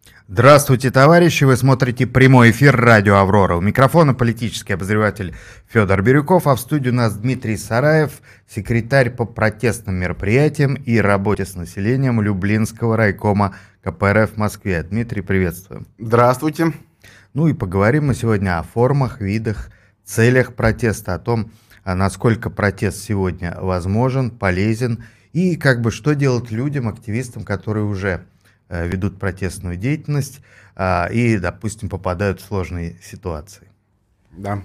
Здравствуйте, товарищи! Вы смотрите прямой эфир радио «Аврора». У микрофона политический обозреватель Федор Бирюков, а в студии у нас Дмитрий Сараев, секретарь по протестным мероприятиям и работе с населением Люблинского райкома КПРФ в Москве. Дмитрий, приветствуем. Здравствуйте. Ну и поговорим мы сегодня о формах, видах, целях протеста, о том, насколько протест сегодня возможен, полезен и что делать людям, активистам, которые уже ведут протестную деятельность и, допустим, попадают в сложные ситуации. Да.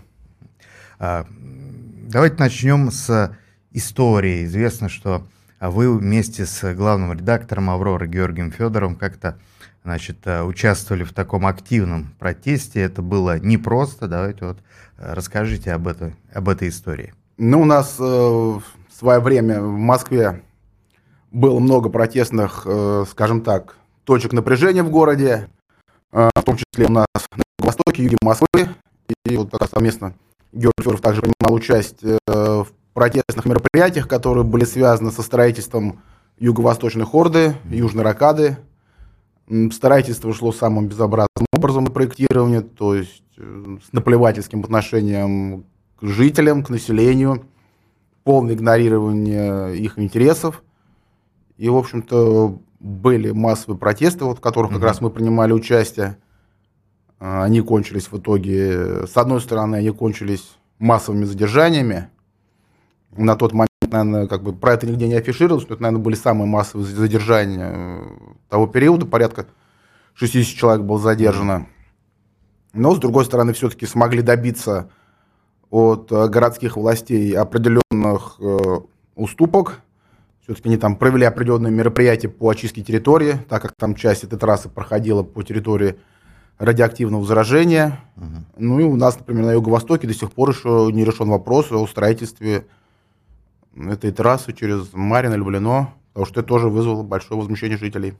Давайте начнем с истории. Известно, что вы вместе с главным редактором «Авроры» Георгием Федоровым как-то участвовали в таком активном протесте. Это было непросто. Давайте расскажите об этой истории. У нас в свое время в Москве было много протестных, скажем так, точек напряжения в городе, в том числе у нас на востоке, юге Москвы. И вот совместно Георгий Федоров также принимал участие в протестных мероприятиях, которые были связаны со строительством юго-восточной хорды, южной рокады. Строительство шло самым безобразным образом на проектирование, то есть с наплевательским отношением к жителям, к населению, полное игнорирование их интересов. И, в общем-то, были массовые протесты, в которых как раз мы принимали участие. Они кончились в итоге, с одной стороны, они кончились массовыми задержаниями. На тот момент, наверное, про это нигде не афишировалось, но это, наверное, были самые массовые задержания того периода. Порядка 60 человек было задержано. Но, с другой стороны, все-таки смогли добиться от городских властей определенных уступок. Все-таки они там провели определенные мероприятия по очистке территории, так как там часть этой трассы проходила по территории радиоактивного заражения. Ну и у нас, например, на юго-востоке до сих пор еще не решен вопрос о строительстве этой трассы через Марьино, Люблино, потому что это тоже вызвало большое возмущение жителей.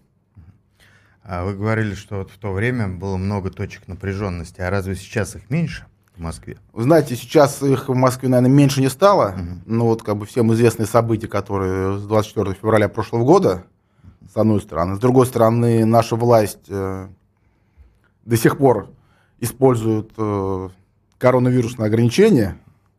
Вы говорили, что в то время было много точек напряженности, а разве сейчас их меньше в Москве? Вы знаете, сейчас их в Москве, наверное, меньше не стало, но всем известные события, которые с 24 февраля прошлого года, с одной стороны. С другой стороны, наша власть до сих пор использует коронавирусные ограничения,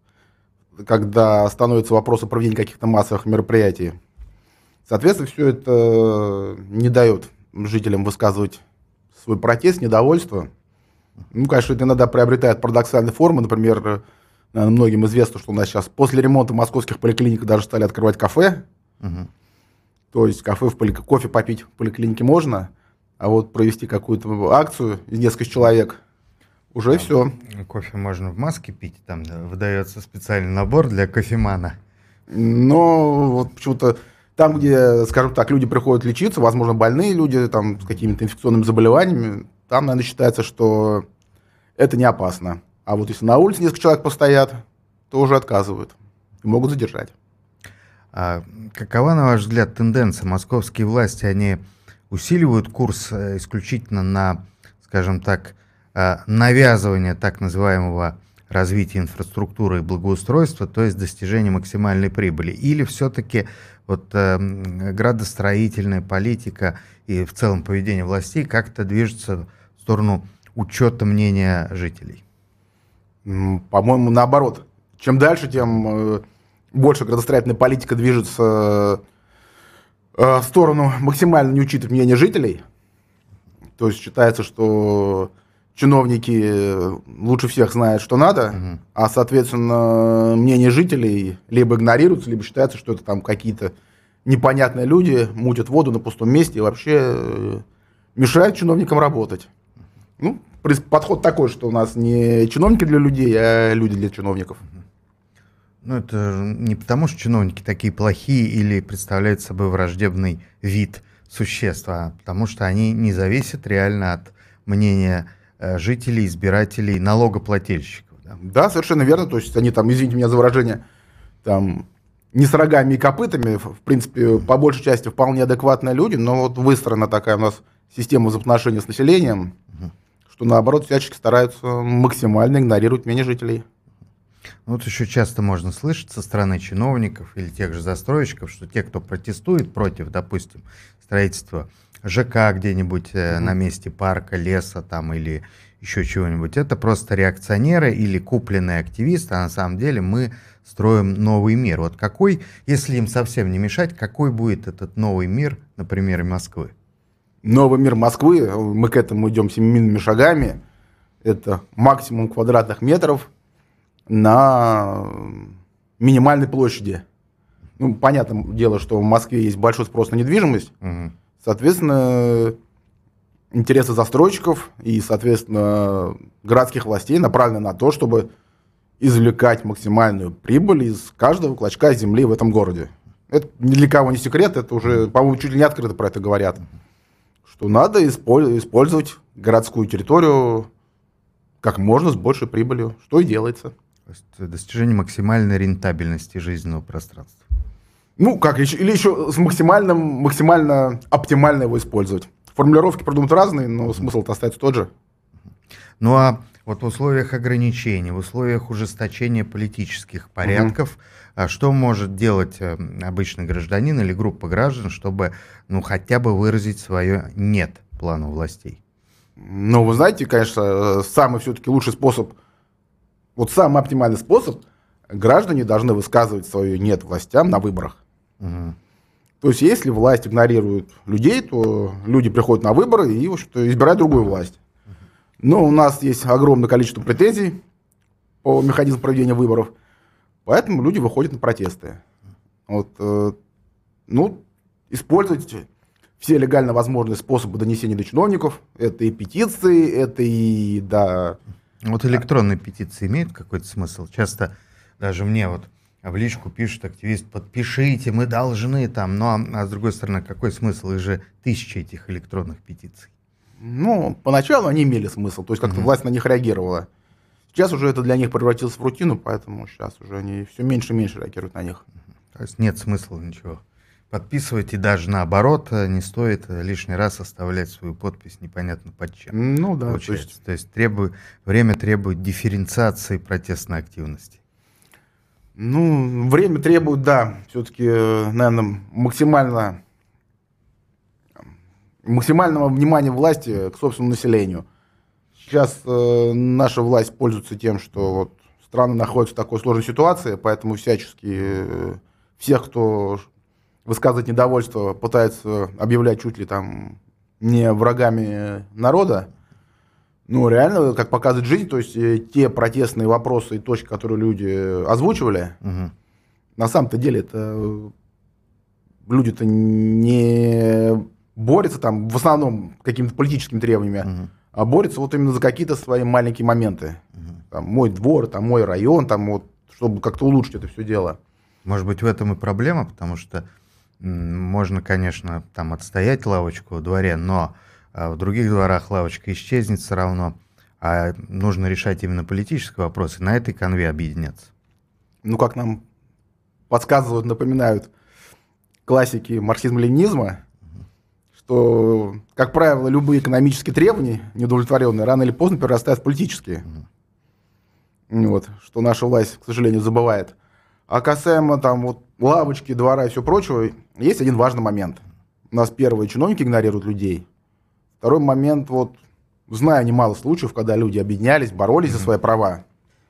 когда становится вопрос о проведении каких-то массовых мероприятий. Соответственно, все это не дает жителям высказывать свой протест, недовольство. Конечно, это иногда приобретает парадоксальные формы. Например, наверное, многим известно, что у нас сейчас после ремонта московских поликлиник даже стали открывать кафе. То есть кофе попить в поликлинике можно, а вот провести какую-то акцию из нескольких человек уже все. Кофе можно в маске пить, там выдается специальный набор для кофемана. Но почему-то там, где, скажем так, люди приходят лечиться, возможно, больные люди там, с какими-то инфекционными заболеваниями, там, наверное, считается, что это не опасно. А вот если на улице несколько человек постоят, то уже отказывают и могут задержать. Какова, на ваш взгляд, тенденция? Московские власти, они усиливают курс исключительно на, скажем так, навязывание так называемого развития инфраструктуры и благоустройства, то есть достижение максимальной прибыли? Или все-таки градостроительная политика и в целом поведение властей как-то движется в сторону учета мнения жителей? По-моему, наоборот. Чем дальше, тем больше градостроительная политика движется в сторону максимально не учитывать мнение жителей. То есть считается, что чиновники лучше всех знают, что надо, а, соответственно, мнение жителей либо игнорируется, либо считается, что это там какие-то непонятные люди мутят воду на пустом месте и вообще мешают чиновникам работать. Подход такой, что у нас не чиновники для людей, а люди для чиновников. Это не потому, что чиновники такие плохие или представляют собой враждебный вид существ, а потому что они не зависят реально от мнения жителей, избирателей, налогоплательщиков. Да, совершенно верно. То есть они там, извините меня за выражение, там не с рогами и копытами, в принципе, по большей части вполне адекватные люди, но выстроена такая у нас система взаимоотношений с населением, что наоборот всячески стараются максимально игнорировать мнение жителей. Еще часто можно слышать со стороны чиновников или тех же застройщиков, что те, кто протестует против, допустим, строительства ЖК где-нибудь на месте парка, леса там или еще чего-нибудь. Это просто реакционеры или купленные активисты, а на самом деле мы строим новый мир. Вот какой, если им совсем не мешать, какой будет этот новый мир на примере Москвы? Новый мир Москвы, мы к этому идем семимильными шагами. Это максимум квадратных метров на минимальной площади. Ну, понятное дело, что в Москве есть большой спрос на недвижимость. Соответственно, интересы застройщиков и, соответственно, городских властей направлены на то, чтобы извлекать максимальную прибыль из каждого клочка земли в этом городе. Это ни для кого не секрет, это уже, по-моему, чуть ли не открыто про это говорят. Что надо использовать городскую территорию как можно с большей прибылью, что и делается. То есть достижение максимальной рентабельности жизненного пространства. Ну, как, или еще с максимально оптимально его использовать. Формулировки придумают разные, но смысл-то остается тот же. Ну а вот в условиях ограничений, в условиях ужесточения политических порядков, что может делать обычный гражданин или группа граждан, чтобы ну, хотя бы выразить свое «нет» плану властей? Ну, вы знаете, конечно, самый все-таки лучший способ, вот самый оптимальный способ, граждане должны высказывать свое «нет» властям на выборах. То есть, если власть игнорирует людей, то люди приходят на выборы и, в общем-то, избирают другую власть. Но у нас есть огромное количество претензий по механизму проведения выборов, поэтому люди выходят на протесты. Вот, ну, используйте все легально возможные способы донесения до чиновников. Это и петиции, это и, да... Вот электронные петиции имеют какой-то смысл? Часто даже мне вот в личку пишут активист: подпишите, мы должны там. Ну, а с другой стороны, какой смысл? Их же тысячи этих электронных петиций. Ну, поначалу они имели смысл, то есть как-то власть на них реагировала. Сейчас уже это для них превратилось в рутину, поэтому сейчас уже они все меньше и меньше реагируют на них. То есть нет смысла ничего подписывать, и даже наоборот, не стоит лишний раз оставлять свою подпись непонятно под чем. Ну да, то есть время требует дифференциации протестной активности. Ну, время требует, да, все-таки, наверное, максимального внимания власти к собственному населению. Сейчас наша власть пользуется тем, что вот страна находится в такой сложной ситуации, поэтому всячески всех, кто высказывает недовольство, пытаются объявлять чуть ли там не врагами народа. Ну, реально, как показывает жизнь, то есть те протестные вопросы и точки, которые люди озвучивали, на самом-то деле это люди-то не борются там в основном какими-то политическими требованиями, а борются вот именно за какие-то свои маленькие моменты. Там, мой двор, там, мой район, там, вот, чтобы как-то улучшить это все дело. Может быть, в этом и проблема, потому что можно, конечно, там отстоять лавочку во дворе, но в других дворах лавочка исчезнет все равно, а нужно решать именно политические вопросы, на этой канве объединяться. Ну, как нам подсказывают, напоминают классики марксизма-ленинизма, что, как правило, любые экономические требования, неудовлетворенные, рано или поздно перерастают в политические. Вот, что наша власть, к сожалению, забывает. А касаемо там вот лавочки, двора и все прочего, есть один важный момент. У нас первые чиновники игнорируют людей. Второй момент, вот, знаю немало случаев, когда люди объединялись, боролись за свои права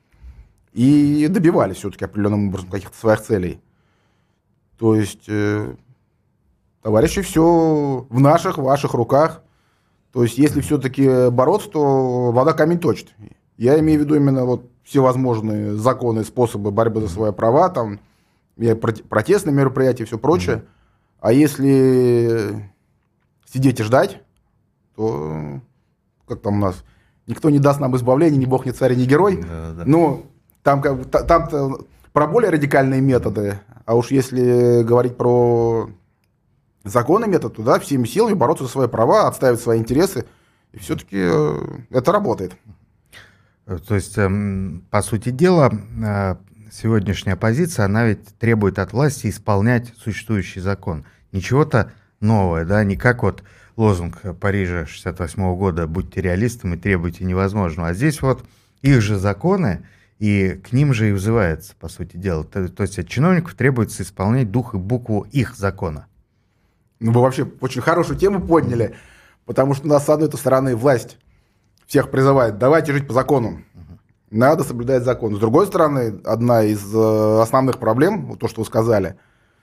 и добивались все-таки определенным образом каких-то своих целей. То есть, товарищи, все в наших, ваших руках. То есть, если все-таки бороться, то вода камень точит. Я имею в виду именно вот всевозможные законы, способы борьбы за свои права, там, протестные мероприятия и все прочее. А если сидеть и ждать, то, как там у нас, никто не даст нам избавления, ни бог, ни царь, ни герой. Да. Ну, там-то про более радикальные методы, а уж если говорить про законный метод, то да, всеми силами бороться за свои права, отстаивать свои интересы, и все-таки это работает. То есть, по сути дела, сегодняшняя оппозиция, она ведь требует от власти исполнять существующий закон. Ничего-то новое, да, не как вот лозунг Парижа 68 года «Будьте реалистами, требуйте невозможного». А здесь вот их же законы, и к ним же и взывается, по сути дела. То есть от чиновников требуется исполнять дух и букву их закона. Ну, вы вообще очень хорошую тему подняли, потому что у нас, с одной стороны, власть всех призывает, давайте жить по закону, надо соблюдать закон. С другой стороны, одна из основных проблем, вот то, что вы сказали,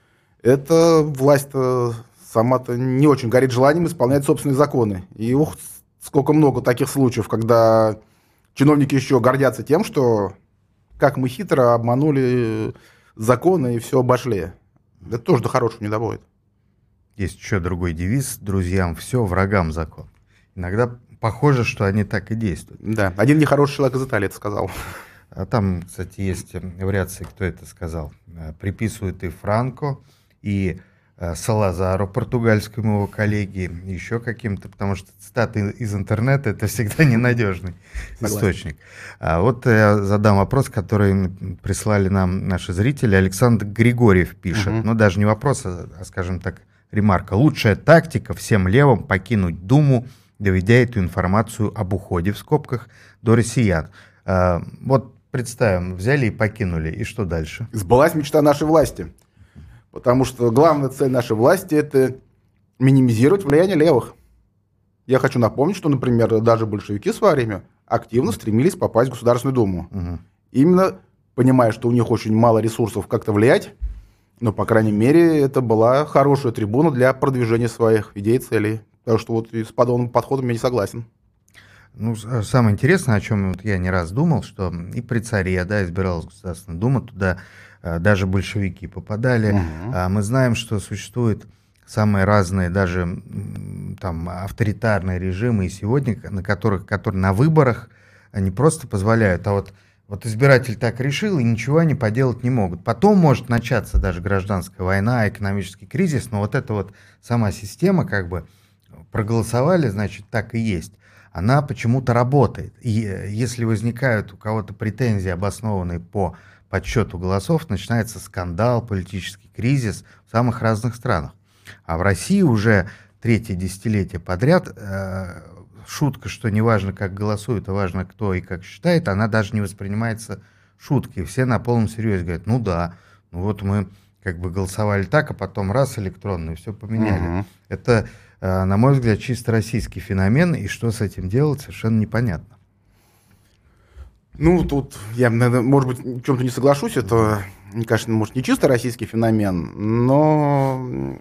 это власть сама-то не очень горит желанием исполнять собственные законы. И сколько много таких случаев, когда чиновники еще гордятся тем, что как мы хитро обманули законы и все обошли. Это тоже до хорошего не доводит. Есть еще другой девиз: друзьям все, врагам закон. Иногда похоже, что они так и действуют. Да, один нехороший человек из Италии это сказал. А там, кстати, есть вариации, кто это сказал. Приписывают и Франко, и Салазару, португальскому его коллеге, еще каким-то, потому что цитаты из интернета — это всегда ненадежный источник. Вот я задам вопрос, который прислали нам наши зрители. Александр Григорьев пишет, ну даже не вопрос, а, скажем так, ремарка. Лучшая тактика — всем левым покинуть Думу, доведя эту информацию об уходе, в скобках, до россиян. Вот представим, взяли и покинули, и что дальше? Сбылась мечта нашей власти. Потому что главная цель нашей власти — это минимизировать влияние левых. Я хочу напомнить, что, например, даже большевики в свое время активно стремились попасть в Государственную Думу. Именно понимая, что у них очень мало ресурсов как-то влиять, но, по крайней мере, это была хорошая трибуна для продвижения своих идей и целей. Так что вот с подобным подходом я не согласен. Ну, самое интересное, о чем вот я не раз думал, что и при царе, да, избиралась Государственная Дума, туда даже большевики попадали. Мы знаем, что существуют самые разные, даже там авторитарные режимы и сегодня, которые на выборах не просто позволяют, а вот избиратель так решил, и ничего они поделать не могут. Потом может начаться даже гражданская война, экономический кризис, но вот эта вот сама система, как бы проголосовали, значит, так и есть. Она почему-то работает. И если возникают у кого-то претензии, обоснованные по подсчету голосов, начинается скандал, политический кризис в самых разных странах. А в России уже третье десятилетие подряд шутка, что не важно, как голосуют, а важно, кто и как считает, она даже не воспринимается шуткой. Все на полном серьезе говорят, ну да, ну вот мы как бы голосовали так, а потом раз электронно, и все поменяли. Это, на мой взгляд, чисто российский феномен, и что с этим делать, совершенно непонятно. Ну, тут я, может быть, в чем-то не соглашусь. Это, конечно, может, не чисто российский феномен, но...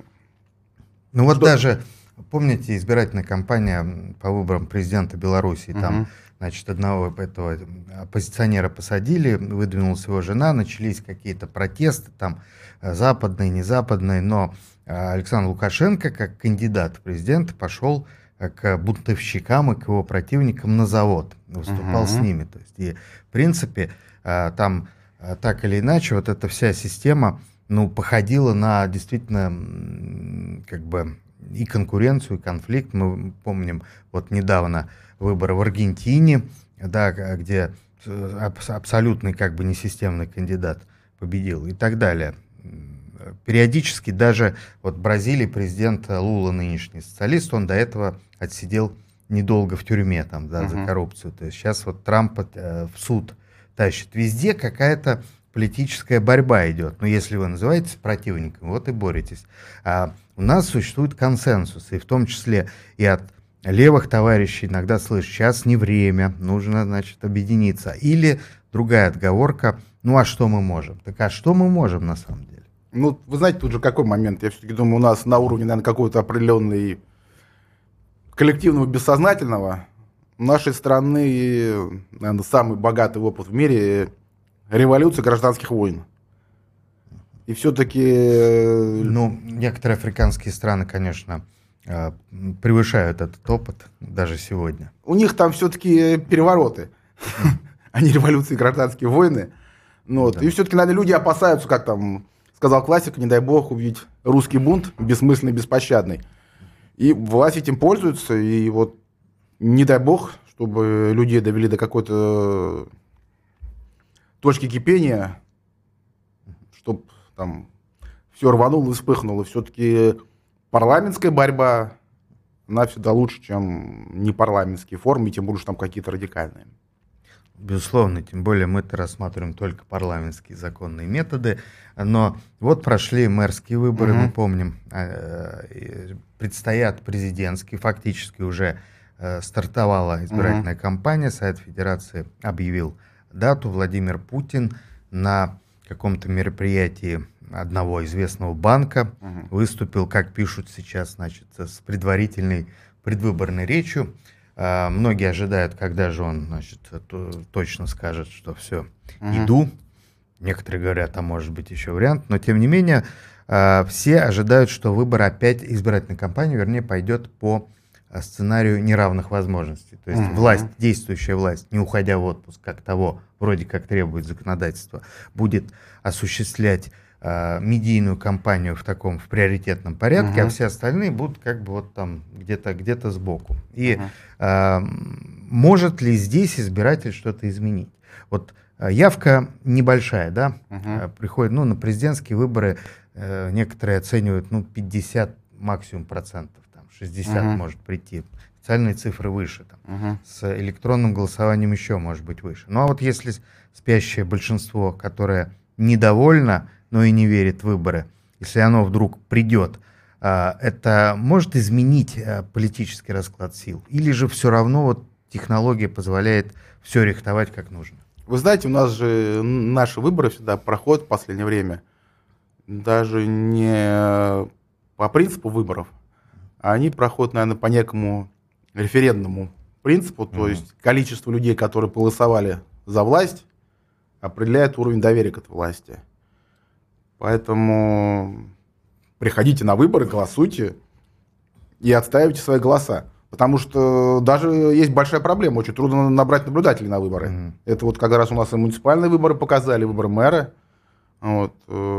Ну вот даже, помните, избирательная кампания по выборам президента Беларуси, там, значит, одного этого оппозиционера посадили, выдвинулась его жена, начались какие-то протесты, там, западные, незападные, но Александр Лукашенко, как кандидат в президенты, пошел к бунтовщикам и к его противникам на завод, выступал с ними. То есть, и, в принципе, там так или иначе вот эта вся система, ну, походила на действительно как бы и конкуренцию, и конфликт. Мы помним вот недавно выборы в Аргентине, да, где абсолютный как бы несистемный кандидат победил и так далее. Периодически даже вот в Бразилии президент Лула, нынешний социалист, он до этого отсидел недолго в тюрьме там, да, за коррупцию. То есть сейчас вот Трамп в суд тащит. Везде какая-то политическая борьба идет. Но если вы называетесь противником, вот и боретесь. А у нас существует консенсус, и в том числе и от левых товарищей иногда слышишь, сейчас не время, нужно, значит, объединиться. Или другая отговорка, ну а что мы можем? Так а что мы можем на самом деле? Ну, вы знаете, тут же какой момент? Я все-таки думаю, у нас на уровне, наверное, какого-то определенного коллективного бессознательного у нашей страны, наверное, самый богатый опыт в мире — революция гражданских войн. И все-таки... Ну, некоторые африканские страны, конечно, превышают этот опыт даже сегодня. У них там все-таки перевороты, а не революции и гражданские войны. Вот. И все-таки, наверное, люди опасаются, как там сказал классик, не дай бог увидеть русский бунт, бессмысленный, беспощадный. И власть этим пользуется, и вот не дай бог, чтобы людей довели до какой-то точки кипения, чтобы там все рвануло и вспыхнуло. Все-таки парламентская борьба, она всегда лучше, чем непарламентские формы, тем более, что там какие-то радикальные. Безусловно, тем более мы-то рассматриваем только парламентские законные методы, но вот прошли мэрские выборы, мы помним, предстоят президентские, фактически уже стартовала избирательная кампания, Совет Федерации объявил дату, Владимир Путин на каком-то мероприятии одного известного банка выступил, как пишут сейчас, значит, с предварительной предвыборной речью. Многие ожидают, когда же он, значит, точно скажет, что все, иду. Некоторые говорят, а может быть еще вариант. Но тем не менее, все ожидают, что выбор опять, избирательная кампания, вернее, пойдет по сценарию неравных возможностей. То есть власть, действующая власть, не уходя в отпуск, как того вроде как требует законодательство, будет осуществлять медийную кампанию в таком в приоритетном порядке, а все остальные будут как бы вот там где-то сбоку. И может ли здесь избиратель что-то изменить? Вот явка небольшая, да, приходит, ну, на президентские выборы некоторые оценивают, ну, 50 максимум процентов, там, 60 может прийти. Официальные цифры выше, там, с электронным голосованием еще может быть выше. Ну, а вот если спящее большинство, которое недовольно, но и не верит в выборы, если оно вдруг придет, это может изменить политический расклад сил? Или же все равно вот технология позволяет все рихтовать как нужно? Вы знаете, у нас же наши выборы всегда проходят в последнее время даже не по принципу выборов, а они проходят, наверное, по некому референдуму принципу, то есть количество людей, которые голосовали за власть, определяет уровень доверия к этой власти. Поэтому приходите на выборы, голосуйте и отстаивайте свои голоса. Потому что даже есть большая проблема, очень трудно набрать наблюдателей на выборы. Это вот как раз у нас и муниципальные выборы показали, выборы мэра. Вот.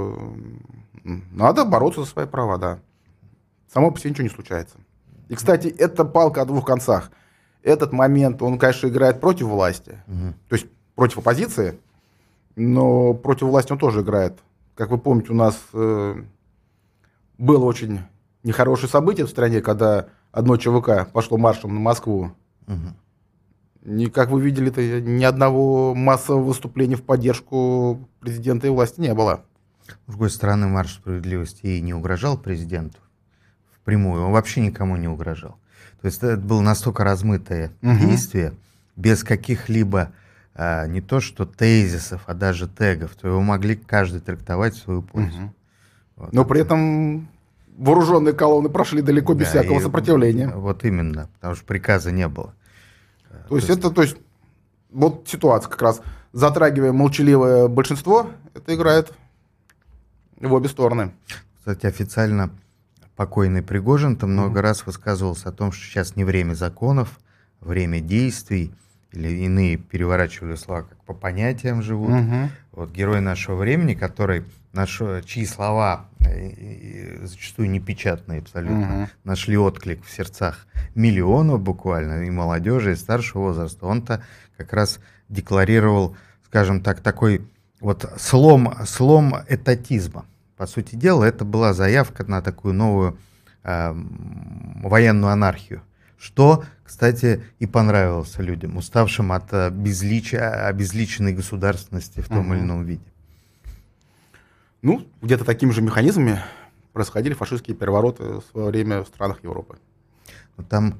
Надо бороться за свои права, да. Само по себе ничего не случается. И, кстати, это палка о двух концах. Этот момент, он, конечно, играет против власти, то есть против оппозиции, но против власти он тоже играет. Как вы помните, у нас было очень нехорошее событие в стране, когда одно ЧВК пошло маршем на Москву. И, как вы видели, ни одного массового выступления в поддержку президента и власти не было. С другой стороны, марш справедливости и не угрожал президенту впрямую, он вообще никому не угрожал. То есть это было настолько размытое действие, без каких-либо не то что тезисов, а даже тегов, то его могли каждый трактовать в свою пользу. Вот. Но при этом вооруженные колонны прошли далеко без всякого сопротивления. Вот именно, потому что приказа не было. То есть вот ситуация как раз, затрагивая молчаливое большинство, это играет в обе стороны. Кстати, официально покойный Пригожин-то много раз высказывался о том, что сейчас не время законов, время действий, или иные переворачивали слова, как по понятиям живут. Вот герой нашего времени, чьи слова, зачастую непечатные абсолютно, нашли отклик в сердцах миллионов буквально, и молодежи, и старшего возраста, он-то как раз декларировал, скажем так, такой вот слом этатизма. По сути дела, это была заявка на такую новую военную анархию. Что, кстати, и понравилось людям, уставшим от обезличенной государственности в том или ином виде. Ну, где-то такими же механизмами происходили фашистские перевороты в свое время в странах Европы. Но там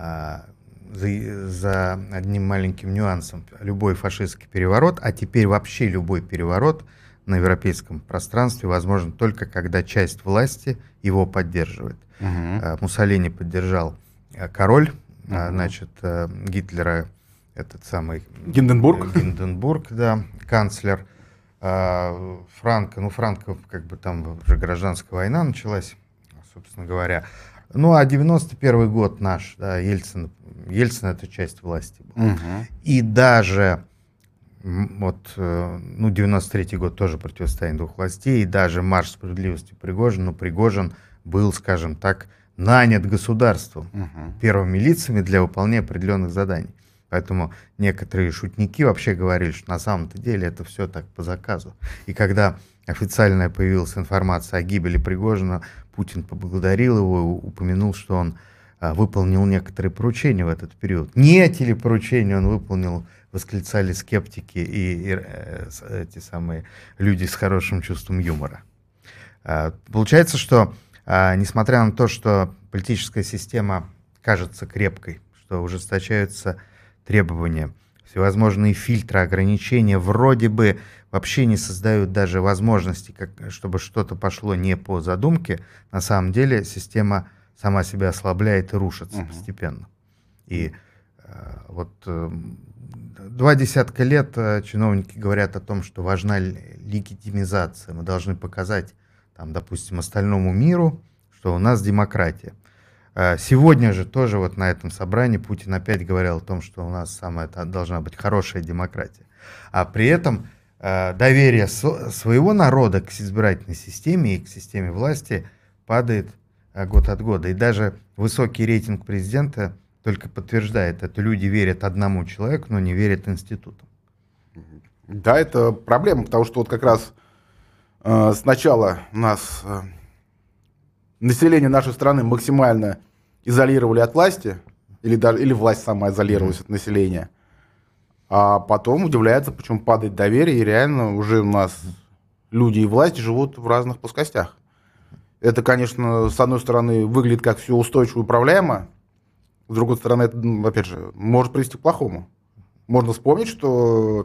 за одним маленьким нюансом любой фашистский переворот, а теперь вообще любой переворот на европейском пространстве возможен только когда часть власти его поддерживает. Муссолини поддержал король, значит, Гитлера, этот самый Гинденбург, да, канцлер, Франко, Франко, как бы там уже гражданская война началась, собственно говоря. Ну, а 91-й год наш, да, Ельцин это часть власти был. И даже, вот, 93-й год тоже противостояние двух властей, и даже марш справедливости Пригожин, Пригожин был, скажем так, нанят государством, первыми лицами для выполнения определенных заданий. Поэтому некоторые шутники вообще говорили, что на самом-то деле это все так по заказу. И когда официально появилась информация о гибели Пригожина, Путин поблагодарил его, упомянул, что он выполнил некоторые поручения в этот период. Не телепоручения он выполнил восклицали скептики и эти самые люди с хорошим чувством юмора. Получается, что несмотря на то, что политическая система кажется крепкой, что ужесточаются требования, всевозможные фильтры, ограничения вроде бы вообще не создают даже возможности, чтобы что-то пошло не по задумке, на самом деле система сама себя ослабляет и рушится постепенно. И вот 20 лет чиновники говорят о том, что важна легитимизация. Мы должны показать, там, допустим, остальному миру, что у нас демократия. Сегодня же тоже вот на этом собрании Путин опять говорил о том, что у нас должна быть хорошая демократия. А при этом доверие своего народа к избирательной системе и к системе власти падает год от года. И даже высокий рейтинг президента только подтверждает это. Люди верят одному человеку, но не верят институтам. Да, это проблема, потому что вот как раз сначала нас население нашей страны максимально изолировали от власти, или власть сама изолировалась от населения, а потом удивляется, почему падает доверие, и реально уже у нас люди и власть живут в разных плоскостях. Это, конечно, с одной стороны, выглядит как все устойчиво и управляемо, с другой стороны, это, опять же, может привести к плохому. Можно вспомнить, что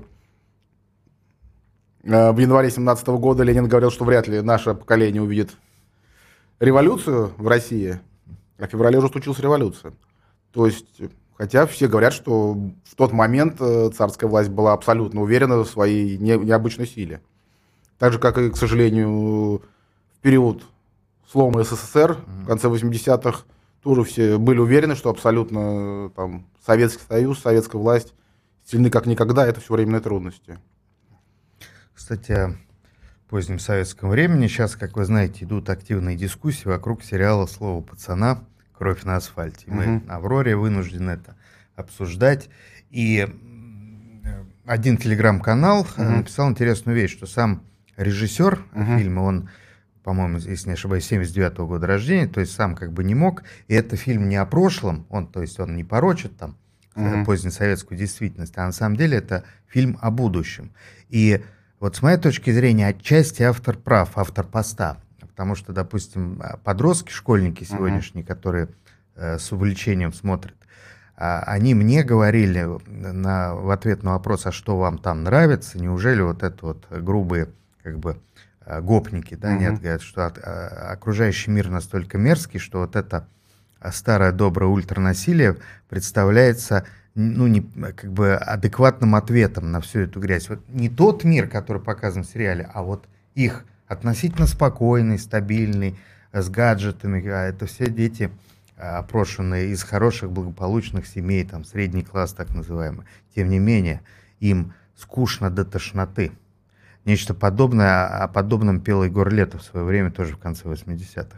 в январе 2017 года Ленин говорил, что вряд ли наше поколение увидит революцию в России, а в феврале уже случилась революция. То есть, хотя все говорят, что в тот момент царская власть была абсолютно уверена в своей необычной силе. Так же, как и, к сожалению, в период слома СССР, в конце 80-х, тоже все были уверены, что абсолютно там, Советский Союз, советская власть сильны как никогда, это все временные трудности. Кстати, о позднем советском времени. Сейчас, как вы знаете, идут активные дискуссии вокруг сериала «Слово пацана. Кровь на асфальте». Мы на «Авроре» вынуждены это обсуждать. И один телеграм-канал написал интересную вещь, что сам режиссер фильма, он, по-моему, если не ошибаюсь, 79-го года рождения, то есть сам как бы не мог. И это фильм не о прошлом, то есть он не порочит там позднесоветскую действительность, а на самом деле это фильм о будущем. И вот с моей точки зрения, отчасти автор прав, автор поста. Потому что, допустим, подростки, школьники сегодняшние, которые с увлечением смотрят, они мне говорили в ответ на вопрос, а что вам там нравится, неужели вот это вот грубые как бы гопники, да, нет, говорят, что окружающий мир настолько мерзкий, что вот это старое доброе ультранасилие представляется как бы адекватным ответом на всю эту грязь. Вот не тот мир, который показан в сериале, а вот их относительно спокойный, стабильный, с гаджетами. А это все дети, опрошенные из хороших, благополучных семей, там, средний класс так называемый. Тем не менее, им скучно до тошноты. Нечто подобное, о подобном пел Егор Летов в свое время, тоже в конце 80-х.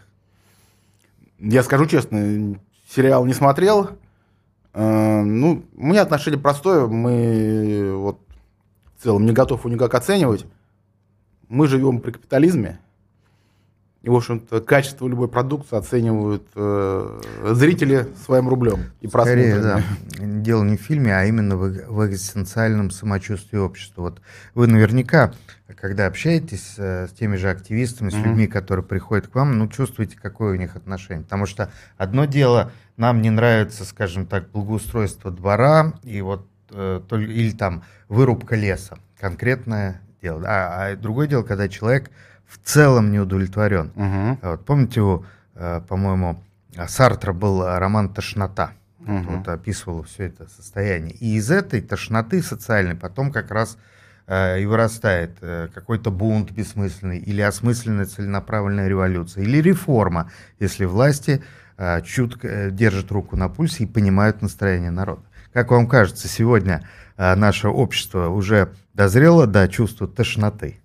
Я скажу честно, сериал не смотрел. У меня отношение простое. Мы вот в целом не готов его никак оценивать. Мы живем при капитализме. И, в общем-то, качество любой продукции оценивают зрители своим рублем и просмотрами. Скорее, да. Дело не в фильме, а именно в экзистенциальном самочувствии общества. Вот вы наверняка, когда общаетесь с теми же активистами, с людьми, которые приходят к вам, чувствуете, какое у них отношение. Потому что одно дело, нам не нравится, скажем так, благоустройство двора и или там вырубка леса. Конкретное дело. А другое дело, когда человек в целом не удовлетворен. Вот, помните, по-моему, Сартра был роман «Тошнота». Вот описывал все это состояние. И из этой тошноты социальной потом как раз и вырастает какой-то бунт бессмысленный, или осмысленная целенаправленная революция, или реформа, если власти чутко держат руку на пульсе и понимают настроение народа. Как вам кажется, сегодня наше общество уже дозрело до чувства тошноты?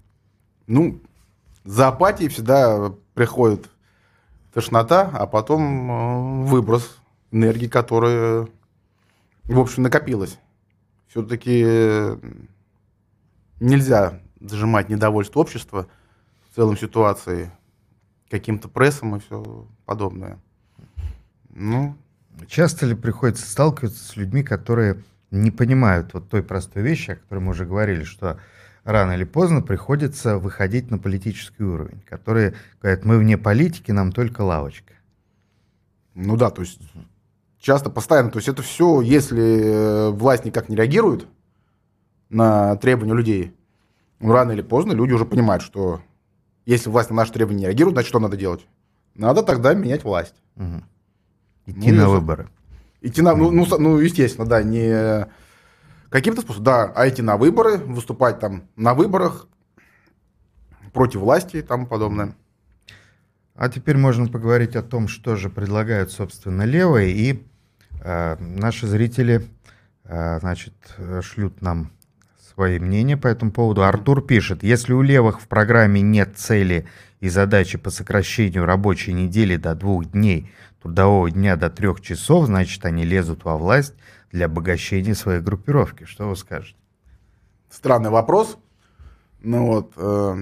За апатией всегда приходит тошнота, а потом выброс энергии, которая, в общем, накопилась. Все-таки нельзя зажимать недовольство общества в целом ситуации каким-то прессом и все подобное. Часто ли приходится сталкиваться с людьми, которые не понимают вот той простой вещи, о которой мы уже говорили, что рано или поздно приходится выходить на политический уровень, которые говорят, мы вне политики, нам только лавочка. Ну да, то есть часто, постоянно, то есть это все, если власть никак не реагирует на требования людей, ну, рано или поздно люди уже понимают, что если власть на наши требования не реагирует, значит, что надо делать? Надо тогда менять власть. Угу. Идти на выборы. Идти на, ну, естественно, да, не каким-то способом, да, а идти на выборы, выступать там на выборах против власти и тому подобное. А теперь можно поговорить о том, что же предлагают, собственно, левые, и наши зрители, значит, шлют нам свои мнения по этому поводу. Артур пишет, если у левых в программе нет цели и задачи по сокращению рабочей недели до 2 дней, трудового дня до 3 часов, значит, они лезут во власть для обогащения своей группировки. Что вы скажете? Странный вопрос. Ну вот,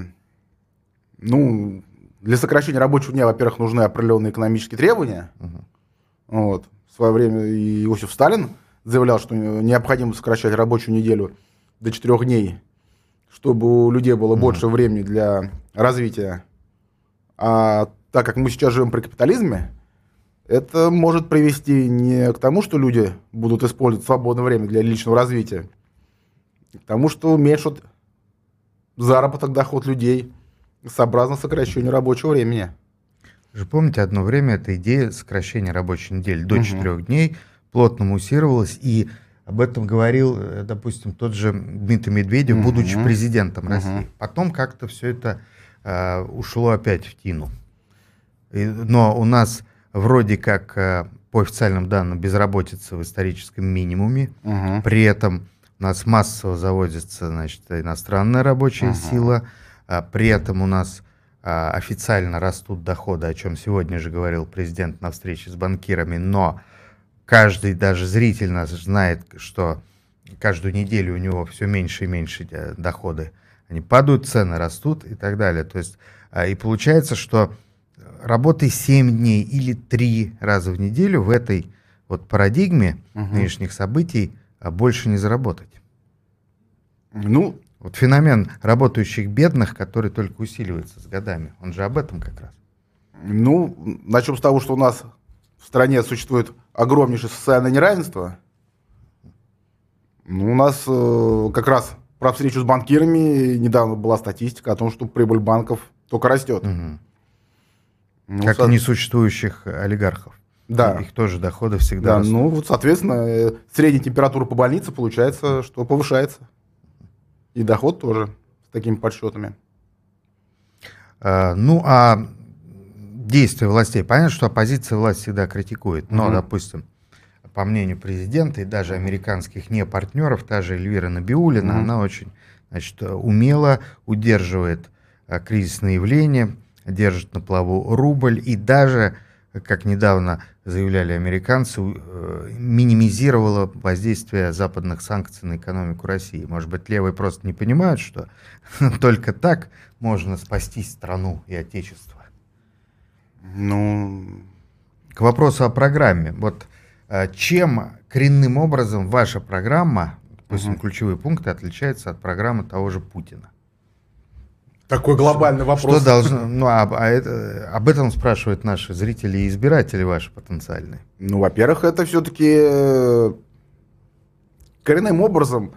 для сокращения рабочего дня, во-первых, нужны определенные экономические требования. Вот. В свое время и Иосиф Сталин заявлял, что необходимо сокращать рабочую неделю до 4 дней, чтобы у людей было больше времени для развития. А так как мы сейчас живем при капитализме, это может привести не к тому, что люди будут использовать свободное время для личного развития, а к тому, что уменьшат заработок, доход людей сообразно сокращению рабочего времени. Вы же помните, одно время эта идея сокращения рабочей недели до 4 дней плотно муссировалась, и об этом говорил, допустим, тот же Дмитрий Медведев, будучи президентом России. Потом как-то все это ушло опять в тину. Но у нас вроде как по официальным данным безработица в историческом минимуме, при этом у нас массово заводится, значит, иностранная рабочая сила, при этом у нас официально растут доходы, о чем сегодня же говорил президент на встрече с банкирами, но каждый, даже зритель нас знает, что каждую неделю у него все меньше и меньше доходы. Они падают, цены растут и так далее. То есть, и получается, что работай 7 дней или 3 раза в неделю в этой вот парадигме нынешних событий больше не заработать. Ну, вот феномен работающих бедных, который только усиливается с годами, он же об этом как раз. Ну, начнем с того, что у нас в стране существует огромнейшее социальное неравенство. Ну, у нас как раз про встречу с банкирами недавно была статистика о том, что прибыль банков только растет. Ну, как и несуществующих олигархов. Да. Их тоже доходы всегда растут. Ну, вот, соответственно, средняя температура по больнице получается, что повышается. И доход тоже с такими подсчетами. Ну, а действия властей. Понятно, что оппозиция власть всегда критикует. Но, допустим, по мнению президента и даже американских непартнеров, та же Эльвира Набиуллина, она очень, значит, умело удерживает кризисные явления, держит на плаву рубль и даже, как недавно заявляли американцы, минимизировала воздействие западных санкций на экономику России. Может быть, левые просто не понимают, что только так можно спасти страну и отечество. Ну, к вопросу о программе. Вот чем коренным образом ваша программа, допустим, ключевые пункты, отличается от программы того же Путина? Такой глобальный вопрос. Что должно, ну, об этом спрашивают наши зрители и избиратели ваши потенциальные. Ну, во-первых, это все-таки коренным образом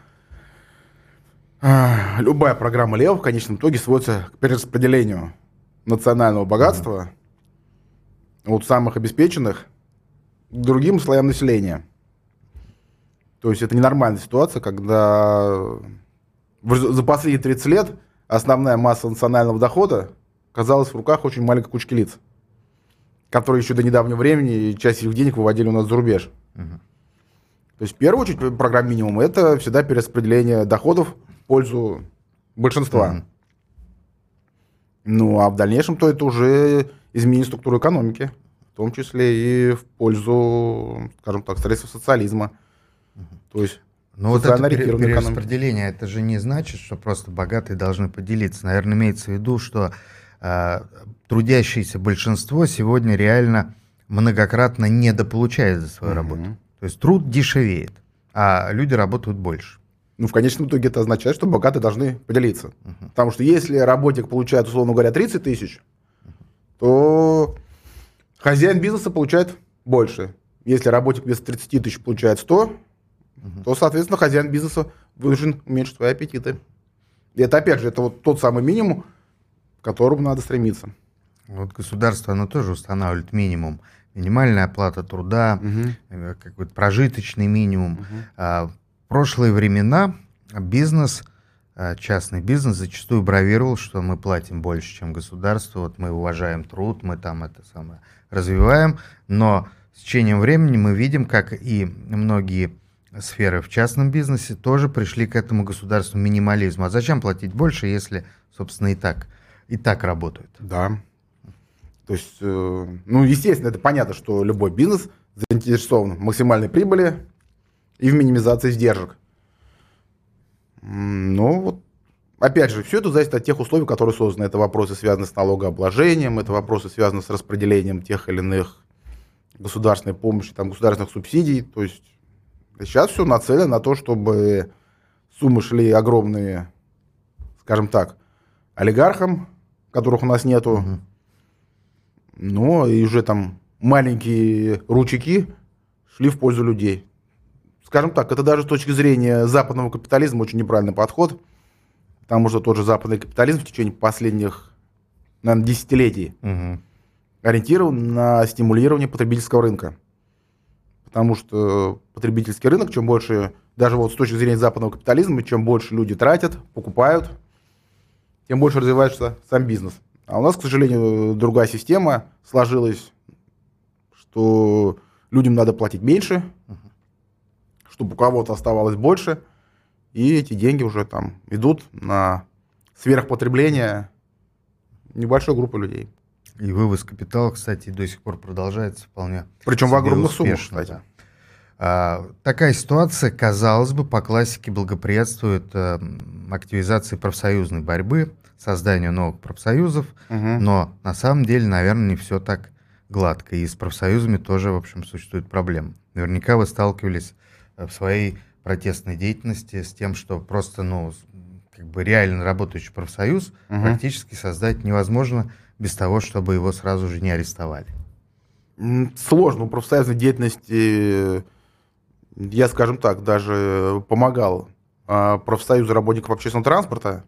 любая программа левых в конечном итоге сводится к перераспределению национального богатства от самых обеспеченных к другим слоям населения. То есть это ненормальная ситуация, когда за последние 30 лет основная масса национального дохода оказалась в руках очень маленькой кучки лиц, которые еще до недавнего времени часть их денег выводили у нас за рубеж. То есть в первую очередь программа минимум — это всегда перераспределение доходов в пользу большинства. Ну а в дальнейшем то это уже изменение структуры экономики, в том числе и в пользу, скажем так, средств социализма. То есть но вот это перераспределение, это же не значит, что просто богатые должны поделиться. Наверное, имеется в виду, что трудящееся большинство сегодня реально многократно недополучает за свою работу. То есть труд дешевеет. а люди работают больше. Ну, в конечном итоге это означает, что богатые должны поделиться. Потому что если работник получает, условно говоря, 30 тысяч, то хозяин бизнеса получает больше. Если работник вместо 30 тысяч получает 100, то, соответственно, хозяин бизнеса вынужден уменьшить свои аппетиты. И это, опять же, это вот тот самый минимум, к которому надо стремиться. Вот государство, оно тоже устанавливает минимум. Минимальная оплата труда, какой-то прожиточный минимум. В прошлые времена бизнес, частный бизнес зачастую бравировал, что мы платим больше, чем государство, вот мы уважаем труд, мы там это самое развиваем, но с течением времени мы видим, как и многие сферы в частном бизнесе тоже пришли к этому государственному минимализму. А зачем платить больше, если, собственно, и так работают? Да. То есть, ну, естественно, это понятно, что любой бизнес заинтересован в максимальной прибыли и в минимизации издержек. Но вот, опять же, все это зависит от тех условий, которые созданы. Это вопросы, связанные с налогообложением, это вопросы, связанные с распределением тех или иных государственной помощи, там, государственных субсидий. То есть сейчас все нацелено на то, чтобы суммы шли огромные, скажем так, олигархам, которых у нас нету. Но и уже там маленькие ручейки шли в пользу людей. Скажем так, это даже с точки зрения западного капитализма очень неправильный подход, потому что тот же западный капитализм в течение последних, наверное, десятилетий ориентирован на стимулирование потребительского рынка. Потому что потребительский рынок, чем больше, даже вот с точки зрения западного капитализма, чем больше люди тратят, покупают, тем больше развивается сам бизнес. А у нас, к сожалению, другая система сложилась, что людям надо платить меньше, чтобы у кого-то оставалось больше, и эти деньги уже там идут на сверхпотребление небольшой группы людей. И вывоз капитала, кстати, до сих пор продолжается вполне. Причем в огромных суммах, кстати. Такая ситуация, казалось бы, по классике благоприятствует активизации профсоюзной борьбы, созданию новых профсоюзов, но на самом деле, наверное, не все так гладко. И с профсоюзами тоже, в общем, существует проблема. Наверняка вы сталкивались в своей протестной деятельности с тем, что просто, как бы реально работающий профсоюз практически создать невозможно без того, чтобы его сразу же не арестовали. Сложно. У профсоюзной деятельности я, скажем так, даже помогал профсоюзу работников общественного транспорта,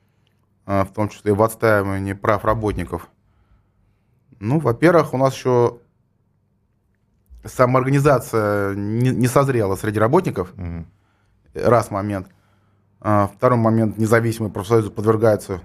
в том числе в отстаивании прав работников. Ну, во-первых, у нас еще самоорганизация не созрела среди работников. Раз момент. Второй момент. Независимые профсоюзы подвергаются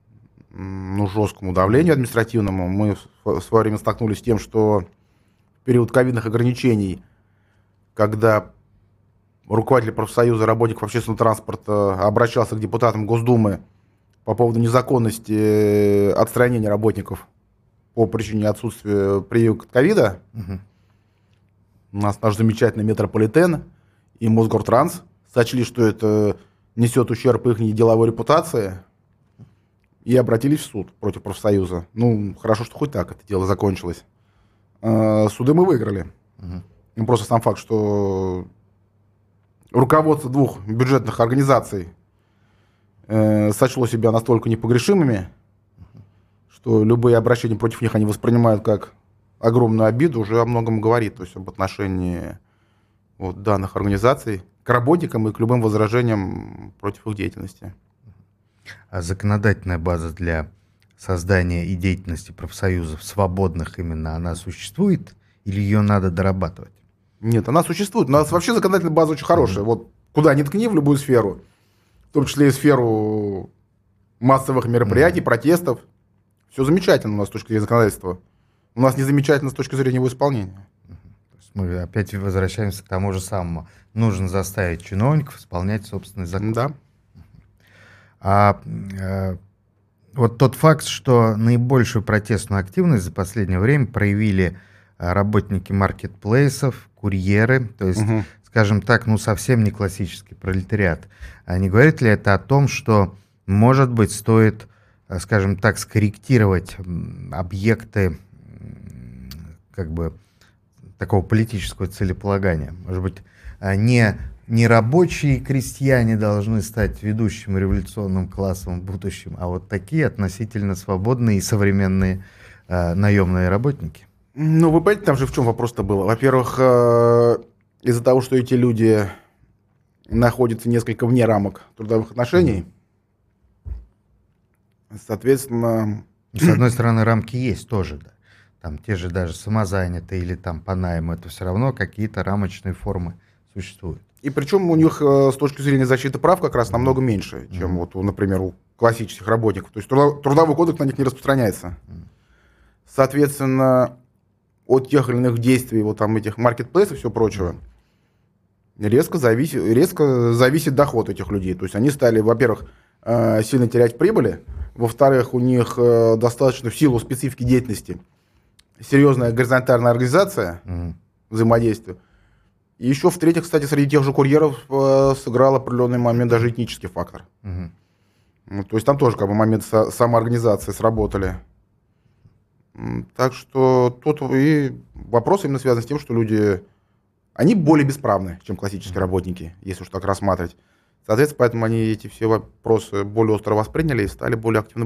жесткому давлению административному. Мы в свое время столкнулись с тем, что в период ковидных ограничений, когда руководитель профсоюза работников общественного транспорта обращался к депутатам Госдумы по поводу незаконности отстранения работников по причине отсутствия прививок от ковида, у нас наш замечательный метрополитен и Мосгортранс сочли, что это несет ущерб их деловой репутации, и обратились в суд против профсоюза. Ну, хорошо, что хоть так это дело закончилось. Суды мы выиграли. Просто сам факт, что руководство двух бюджетных организаций сочло себя настолько непогрешимыми, что любые обращения против них они воспринимают как огромную обиду, уже о многом говорит, то есть об отношении данных организаций к работникам и к любым возражениям против их деятельности. А законодательная база для создания и деятельности профсоюзов, свободных именно, она существует или ее надо дорабатывать? Нет, она существует. У нас вообще законодательная база очень хорошая. Вот куда ни ткни, в любую сферу, в том числе и сферу массовых мероприятий, протестов, все замечательно у нас с точки зрения законодательства. У нас не замечательно с точки зрения его исполнения. То есть мы опять возвращаемся к тому же самому. Нужно заставить чиновников исполнять собственный закон. Да. Вот тот факт, что наибольшую протестную активность за последнее время проявили работники маркетплейсов, курьеры, то есть, скажем так, совсем не классический пролетариат. А не говорит ли это о том, что, может быть, стоит, скажем так, скорректировать объекты как бы такого политического целеполагания? Может быть, не не рабочие крестьяне должны стать ведущим революционным классом в будущем, а вот такие относительно свободные и современные наемные работники. Ну, вы понимаете, там же в чем вопрос-то был? Во-первых, из-за того, что эти люди находятся несколько вне рамок трудовых отношений, соответственно... С одной стороны, рамки есть тоже, да. Там те же даже самозанятые или там по найму, это все равно какие-то рамочные формы существуют. И причем у них с точки зрения защиты прав как раз намного меньше, чем вот, например, у классических работников. То есть трудовой кодекс на них не распространяется. Соответственно, от тех или иных действий, вот там этих маркетплейсов и всего прочего, резко зависит доход этих людей. То есть они стали, во-первых, сильно терять в прибыли, во-вторых, у них достаточно в силу специфики деятельности серьезная горизонтальная организация взаимодействия. И еще, в-третьих, кстати, среди тех же курьеров сыграл определенный момент даже этнический фактор. Ну, то есть там тоже как бы момент самоорганизации сработали. Так что тут и вопрос именно связан с тем, что люди, они более бесправны, чем классические работники, если уж так рассматривать. Соответственно, поэтому они эти все вопросы более остро восприняли и стали более активны.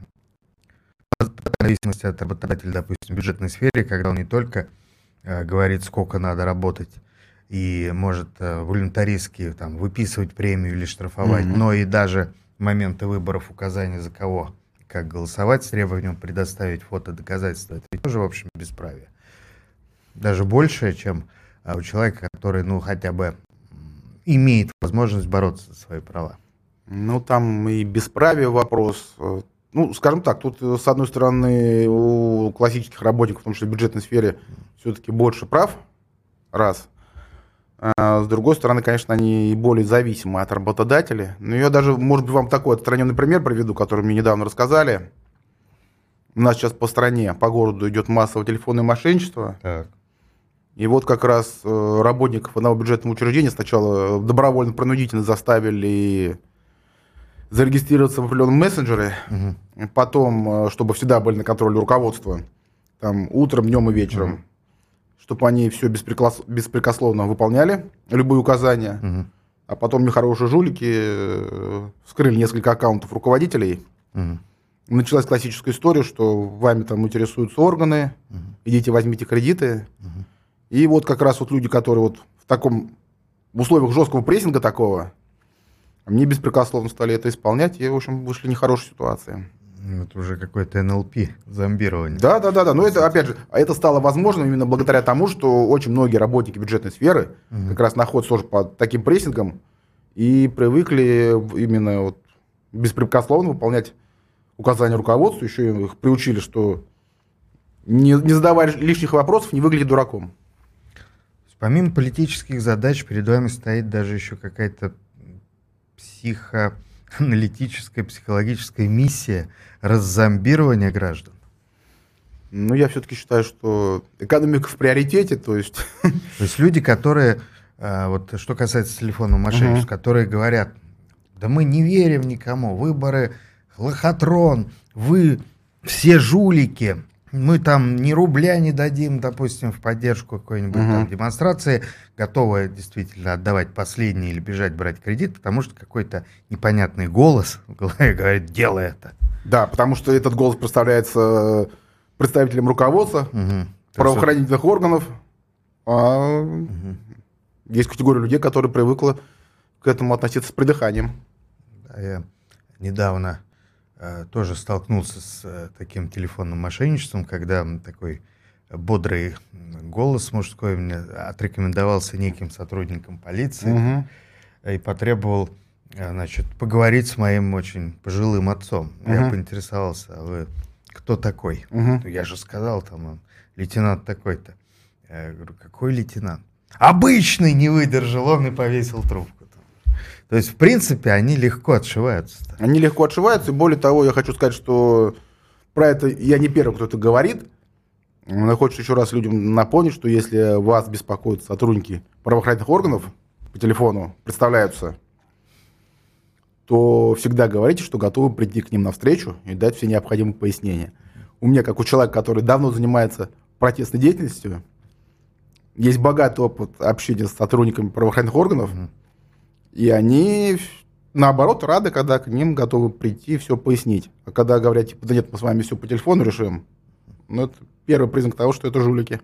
В зависимости от работодателя, допустим, в бюджетной сфере, когда он не только говорит, сколько надо работать, и может волюнтаристски там, выписывать премию или штрафовать, но и даже в моменты выборов указания за кого, как голосовать с требованием предоставить фото доказательства, это ведь тоже, в общем, бесправие. Даже больше, чем у человека, который, ну, хотя бы имеет возможность бороться за свои права. Ну, там и бесправие вопрос. Ну, скажем так, тут, с одной стороны, у классических работников, в том числе в бюджетной сфере, все-таки больше прав, раз. А с другой стороны, конечно, они более зависимы от работодателей. Но я даже, может быть, вам такой отстраненный пример приведу, который мне недавно рассказали. У нас сейчас по стране, по городу идет массовое телефонное мошенничество. Так. И вот как раз работников одного бюджетного учреждения сначала добровольно-принудительно заставили зарегистрироваться в определенном мессенджере, потом, чтобы всегда были на контроле руководства, там, утром, днем и вечером, чтобы они все беспрекословно выполняли, любые указания, а потом нехорошие жулики вскрыли несколько аккаунтов руководителей. Началась классическая история, что вами там интересуются органы, идите возьмите кредиты. И вот как раз вот люди, которые вот в условиях жесткого прессинга такого, они беспрекословно стали это исполнять, и, в общем, вышли в нехорошие ситуации. Это уже какой-то НЛП, зомбирование. Да. Но это, опять же, это стало возможным именно благодаря тому, что очень многие работники бюджетной сферы как раз находятся тоже под таким прессингом и привыкли именно вот беспрекословно выполнять указания руководству, еще их приучили, что не задавая лишних вопросов, не выглядит дураком. Помимо политических задач перед вами стоит даже еще какая-то психоаналитическая, психологическая миссия раззомбирования граждан. Ну, я все-таки считаю, что экономика в приоритете, то есть... То есть люди, которые, вот что касается телефонного мошенничества, которые говорят, да мы не верим никому, выборы, лохотрон, вы все жулики, мы там ни рубля не дадим, допустим, в поддержку какой-нибудь там демонстрации, готовы действительно отдавать последние или бежать брать кредит, потому что какой-то непонятный голос в голове говорит, делай это. Да, потому что этот голос представляется представителем руководства, правоохранительных органов. Есть категория людей, которые привыкли к этому относиться с придыханием. Да, я недавно тоже столкнулся с таким телефонным мошенничеством, когда такой бодрый голос мужской мне отрекомендовался неким сотрудником полиции и потребовал, значит, поговорить с моим очень пожилым отцом. Я поинтересовался, а вы кто такой? Я же сказал, там, он, лейтенант такой-то. Я говорю, какой лейтенант? Обычный, не выдержал он и повесил трубку. То есть, в принципе, они легко отшиваются. Они легко отшиваются, и более того, я хочу сказать, что про это я не первый, кто это говорит. Но хочется еще раз людям напомнить, что если вас беспокоят сотрудники правоохранительных органов по телефону, представляются, то всегда говорите, что готовы прийти к ним навстречу и дать все необходимые пояснения. У меня, как у человека, который давно занимается протестной деятельностью, есть богатый опыт общения с сотрудниками правоохранительных органов. И они, наоборот, рады, когда к ним готовы прийти, все пояснить. А когда говорят, типа, да нет, мы с вами все по телефону решим, ну, это первый признак того, что это жулики.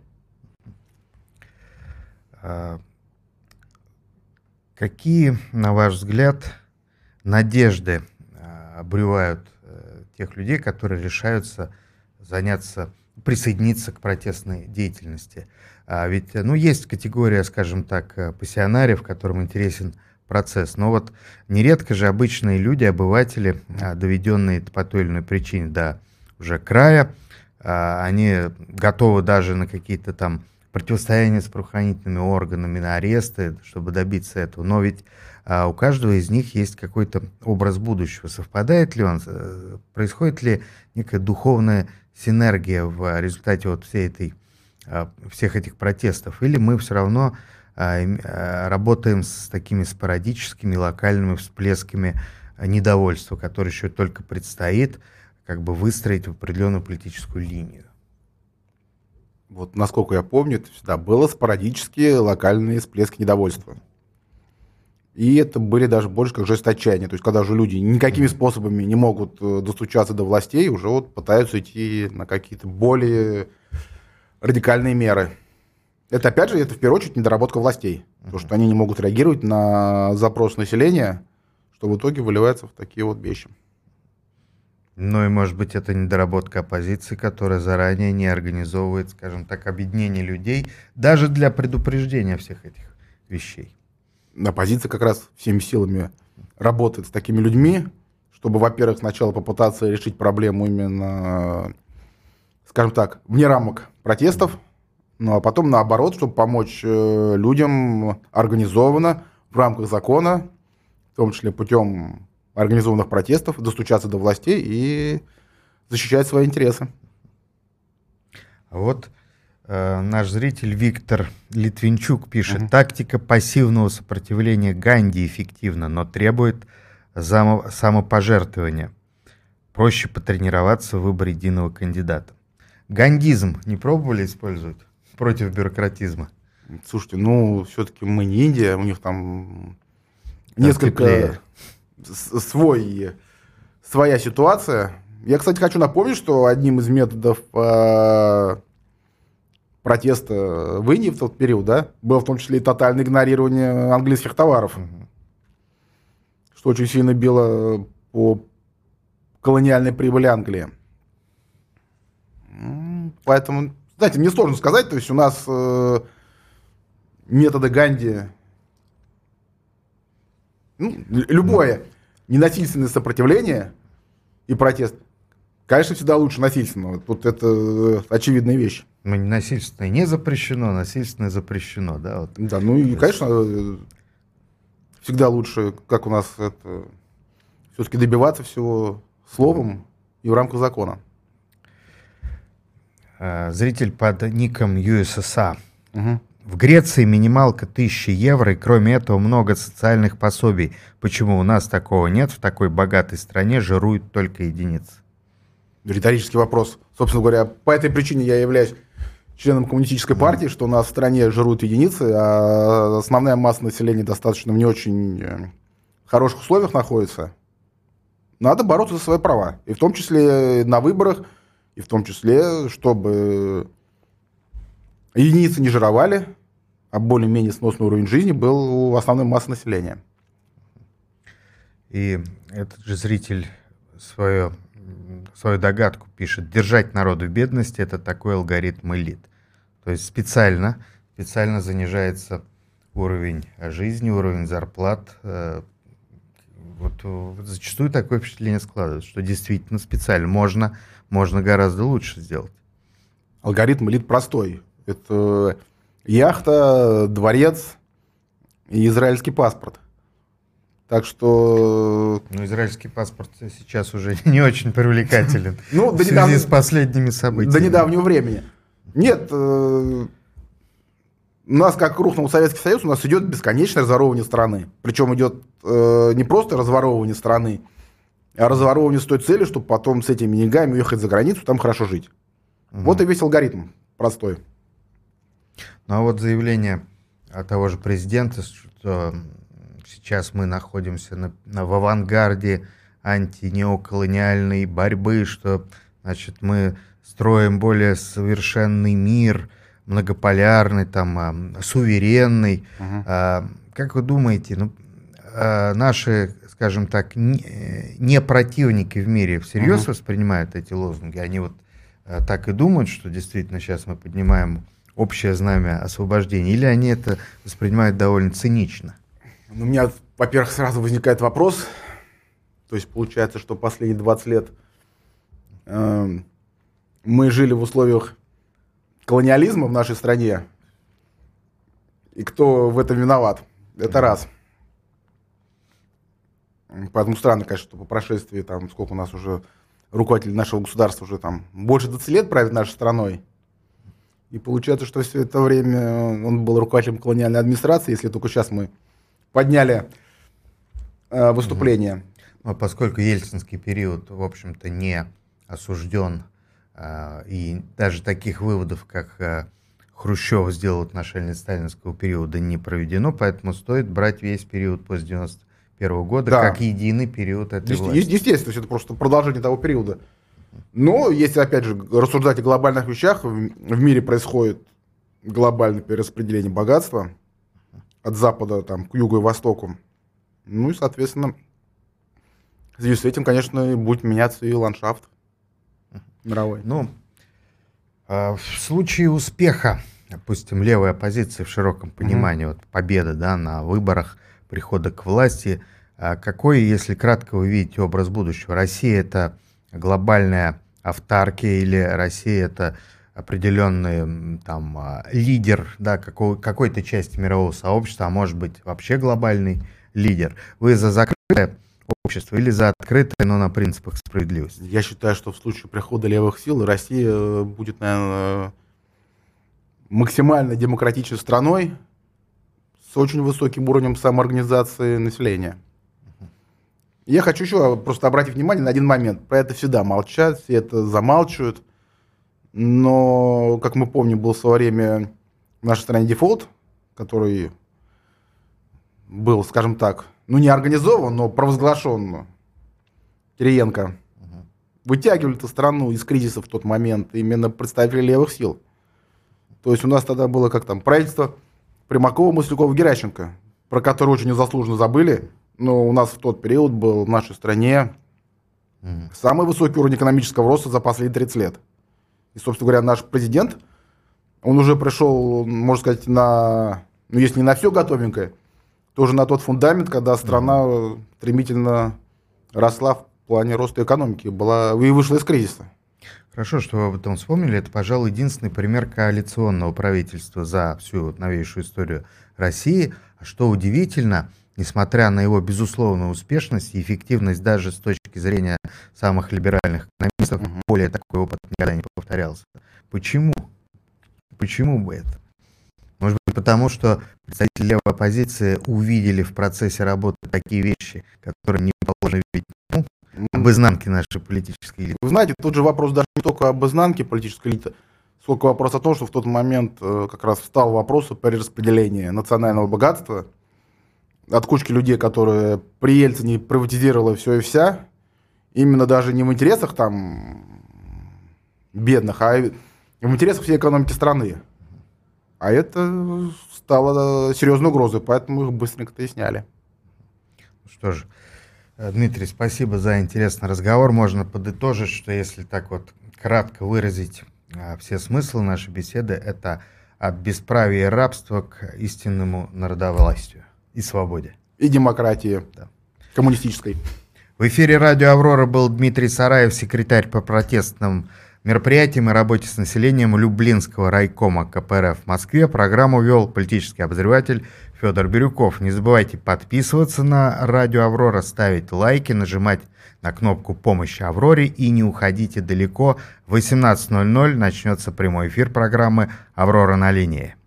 Какие, на ваш взгляд, надежды обревают тех людей, которые решаются присоединиться к протестной деятельности? Ведь, есть категория, скажем так, пассионариев, которым интересен процесс. Но вот нередко же обычные люди, обыватели, доведенные по той или иной причине до уже края, они готовы даже на какие-то там противостояния с правоохранительными органами, на аресты, чтобы добиться этого. Но ведь у каждого из них есть какой-то образ будущего. Совпадает ли он? Происходит ли некая духовная синергия в результате вот всех этих протестов? Или мы все равно работаем с такими спорадическими локальными всплесками недовольства, которые еще только предстоит как бы выстроить в определенную политическую линию? Вот, насколько я помню, это всегда было спорадические локальные всплески недовольства. И это были даже больше как жест отчаяния. То есть, когда уже люди никакими способами не могут достучаться до властей, уже вот пытаются идти на какие-то более радикальные меры. Это, опять же, это в первую очередь недоработка властей. То, что они не могут реагировать на запрос населения, что в итоге выливается в такие вот вещи. Ну и, может быть, это недоработка оппозиции, которая заранее не организовывает, скажем так, объединение людей, даже для предупреждения всех этих вещей. Оппозиция как раз всеми силами работает с такими людьми, чтобы, во-первых, сначала попытаться решить проблему именно, скажем так, вне рамок протестов, ну а потом наоборот, чтобы помочь людям организованно, в рамках закона, в том числе путем организованных протестов, достучаться до властей и защищать свои интересы. А вот наш зритель Виктор Литвинчук пишет: тактика пассивного сопротивления Ганди эффективна, но требует самопожертвования. Проще потренироваться в выборе единого кандидата. Гандизм не пробовали использовать против бюрократизма? Слушайте, все-таки мы не Индия, у них там несколько своя ситуация. Я, кстати, хочу напомнить, что одним из методов протеста в Индии в тот период, было в том числе и тотальное игнорирование английских товаров, что очень сильно било по колониальной прибыли Англии. Поэтому, знаете, мне сложно сказать, то есть у нас методы Ганди, любое ненасильственное сопротивление и протест, конечно, всегда лучше насильственного. Тут это очевидная вещь. Насильственное не запрещено, насильственное запрещено, да? Вот. Да, и, конечно, всегда лучше, как у нас это, все-таки добиваться всего словом и в рамках закона. Зритель под ником USSA. В Греции минималка 1000 евро, и кроме этого много социальных пособий. Почему у нас такого нет? В такой богатой стране жируют только единицы. Риторический вопрос. Собственно говоря, по этой причине я являюсь членом коммунистической партии, что у нас в стране жируют единицы, а основная масса населения достаточно в не очень хороших условиях находится. Надо бороться за свои права. И в том числе на выборах, и в том числе, чтобы единицы не жировали, а более-менее сносный уровень жизни был у основной массы населения. И этот же зритель свою догадку пишет: держать народу в бедности — это такой алгоритм элит. То есть специально занижается уровень жизни, уровень зарплат. Вот зачастую такое впечатление складывается, что действительно специально можно гораздо лучше сделать. Алгоритм элит простой. Это яхта, дворец и израильский паспорт. Так что... израильский паспорт сейчас уже не очень привлекателен в связи с последними событиями. До недавнего времени. Нет, у нас, как рухнул Советский Союз, у нас идет бесконечное разворовывание страны. Причем идет не просто разворовывание страны, а разворовывание с той целью, чтобы потом с этими деньгами уехать за границу, там хорошо жить. Вот и весь алгоритм простой. Ну а вот заявление того же президента, что сейчас мы находимся в авангарде антинеоколониальной борьбы, что, значит, мы строим более совершенный мир, многополярный, там, суверенный. Как вы думаете, наши, скажем так, не противники в мире всерьез воспринимают эти лозунги? Они вот так и думают, что действительно сейчас мы поднимаем общее знамя освобождения, или они это воспринимают довольно цинично? У меня, во-первых, сразу возникает вопрос. То есть получается, что последние 20 лет мы жили в условиях колониализма в нашей стране. И кто в этом виноват? Это раз. Поэтому странно, конечно, что по прошествии, там, сколько у нас уже руководитель нашего государства уже там больше 20 лет правит нашей страной. И получается, что все это время он был руководителем колониальной администрации, если только сейчас мы подняли выступление. Но поскольку ельцинский период, в общем-то, не осужден, и даже таких выводов, как Хрущев сделал в отношении сталинского периода, не проведено, поэтому стоит брать весь период после 1991 года как единый период этой власти. Естественно, это просто продолжение того периода. Но если, опять же, рассуждать о глобальных вещах, в мире происходит глобальное перераспределение богатства от запада там, к югу и востоку. Ну и, соответственно, в связи с этим, конечно, будет меняться и ландшафт мировой. Ну, в случае успеха, допустим, левой оппозиции в широком понимании, вот победа, да, на выборах, прихода к власти, какой, если кратко вы видите образ будущего? Россия — это глобальная автаркия, или Россия — это определенный там лидер, да, какой-то части мирового сообщества, а может быть вообще глобальный лидер? Вы за закрытое общество или за открытое, но на принципах справедливости? Я считаю, что в случае прихода левых сил Россия будет, наверное, максимально демократичной страной с очень высоким уровнем самоорганизации населения. Я хочу еще просто обратить внимание на один момент. Про это всегда молчат, все это замалчивают. Но, как мы помним, был в свое время в нашей стране дефолт, который был, скажем так, ну не организован, но провозглашен Кириенко. Вытягивали эту страну из кризиса в тот момент именно представители левых сил. То есть у нас тогда было как там правительство Примакова, Маслякова, Геращенко, про которое очень незаслуженно забыли. Но у нас в тот период был в нашей стране самый высокий уровень экономического роста за последние 30 лет. И, собственно говоря, наш президент, он уже пришел, можно сказать, ну если не на все готовенькое, то уже на тот фундамент, когда страна стремительно росла в плане роста экономики, и вышла из кризиса. Хорошо, что вы об этом вспомнили. Это, пожалуй, единственный пример коалиционного правительства за всю новейшую историю России. А что удивительно, несмотря на его безусловную успешность и эффективность даже с точки зрения самых либеральных экономистов, более такой опыт никогда не повторялся. Почему? Почему бы это? Может быть, потому что представители левой оппозиции увидели в процессе работы такие вещи, которые не положено видеть об изнанке нашей политической элиты. Вы знаете, тут же вопрос даже не только об изнанке политической элиты, сколько вопрос о том, что в тот момент как раз встал вопрос о перераспределении национального богатства от кучки людей, которые при Ельцине приватизировали все и вся, именно даже не в интересах там бедных, а в интересах всей экономики страны. А это стало серьезной угрозой, поэтому их быстренько-то и сняли. Что ж, Дмитрий, спасибо за интересный разговор. Можно подытожить, что если так вот кратко выразить все смыслы нашей беседы, это от бесправия и рабства к истинному народовластию и свободе. И демократии, да, коммунистической. В эфире радио «Аврора» был Дмитрий Сараев, секретарь по протестным мероприятиям и работе с населением Люблинского райкома КПРФ в Москве. Программу вел политический обозреватель Федор Бирюков. Не забывайте подписываться на радио «Аврора», ставить лайки, нажимать на кнопку помощи «Авроре» и не уходите далеко. В 18:00 начнется прямой эфир программы «Аврора на линии».